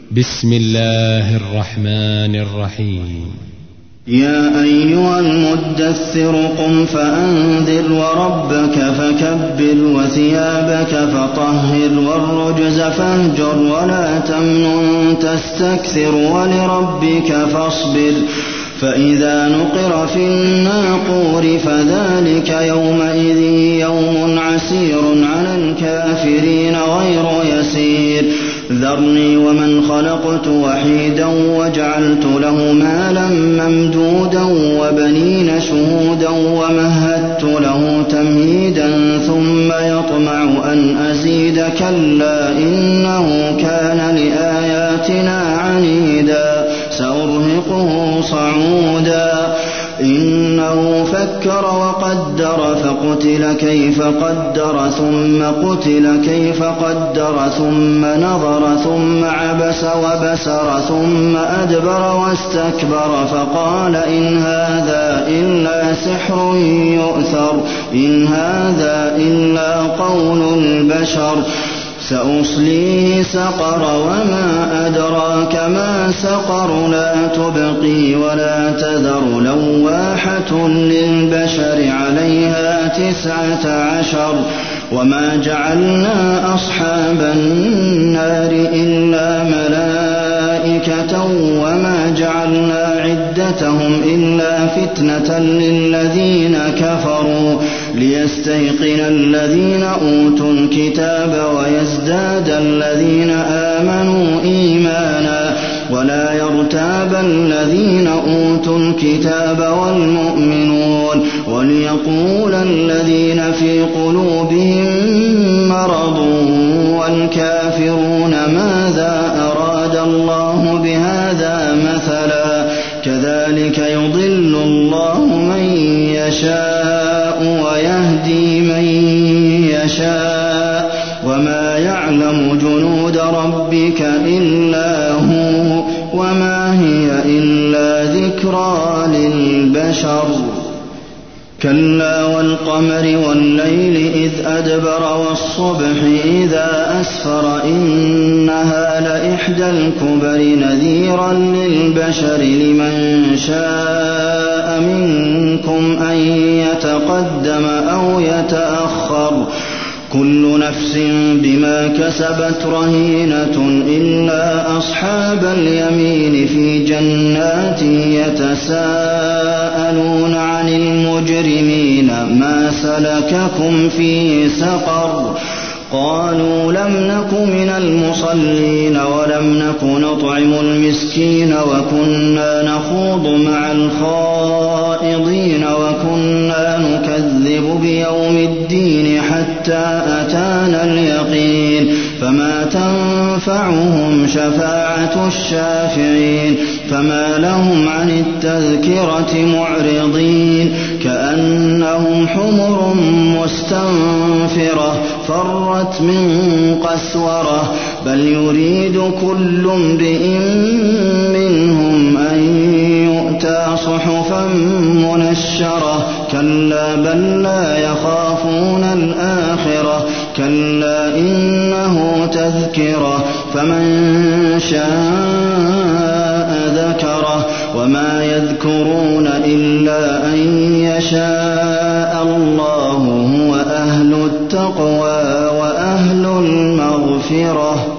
بسم الله الرحمن الرحيم. يا أيها المدثر قم فأنذر وربك فكبر وثيابك فطهر والرجز فاهجر ولا تمنن تستكثر ولربك فاصبر فإذا نقر في الناقور فذلك يومئذ يوم عسير على الكافرين غير يسير ذرني ومن خلقت وحيدا وجعلت له مالا ممدودا وبنين شهودا ومهدت له تمهيدا ثم يطمع أن أزيد كلا إنه كان لآياتنا عنيدا سأرهقه صعودا إنه فكر وقدر فقتل كيف قدر ثم قتل كيف قدر ثم نظر ثم عبس وبسر ثم أدبر واستكبر فقال إن هذا إلا سحر يؤثر إن هذا إلا قول البشر سأصليه سقر وما أدراك ما سقر لا تبقي ولا تذر لواحة للبشر عليها 19 وما جعلنا أصحاب النار إلا ملائكة وما جعلنا عدتهم إلا فتنة للذين كفروا ليستيقن الذين أوتوا الكتاب ويزداد الذين آمنوا إيمانا ولا يرتاب الذين أوتوا الكتاب والمؤمنون وليقول الذين في قلوبهم مرض والكافرون ماذا أراد الله بهذا مثلا كذلك يضل الله من يشاء ويهدي من يشاء وما يعلم جنود ربك إلا هو وما هي إلا ذكرى للبشر كلا والقمر والليل إذ أدبر والصبح إذا أسفر إنها لإحدى الكبر نذيرا للبشر لمن شاء منكم أن يتقدم أو يتأخر كل نفس بما كسبت رهينة إلا أصحاب اليمين في جنات يتساءلون عن المجرمين ما سلككم في سقر قالوا لم نك من المصلين ولم نك نطعم المسكين وكنا نخوض مع الخائضين وكنا نكذب بيوم الدين حتى أتانا اليقين فما تنفعهم شفاعة الشافعين فما لهم عن التذكرة معرضين كأنهم حمر مستنفرة فرت من قسورة بل يريد كل امرئ منهم أن يؤتى صحفا منشرة كلا بل لا يخافون الآخرة كلا إنه تذكرة فمن شاء ذكره وما يذكرون إلا أن يشاء الله هو أهل التقوى وأهل المغفرة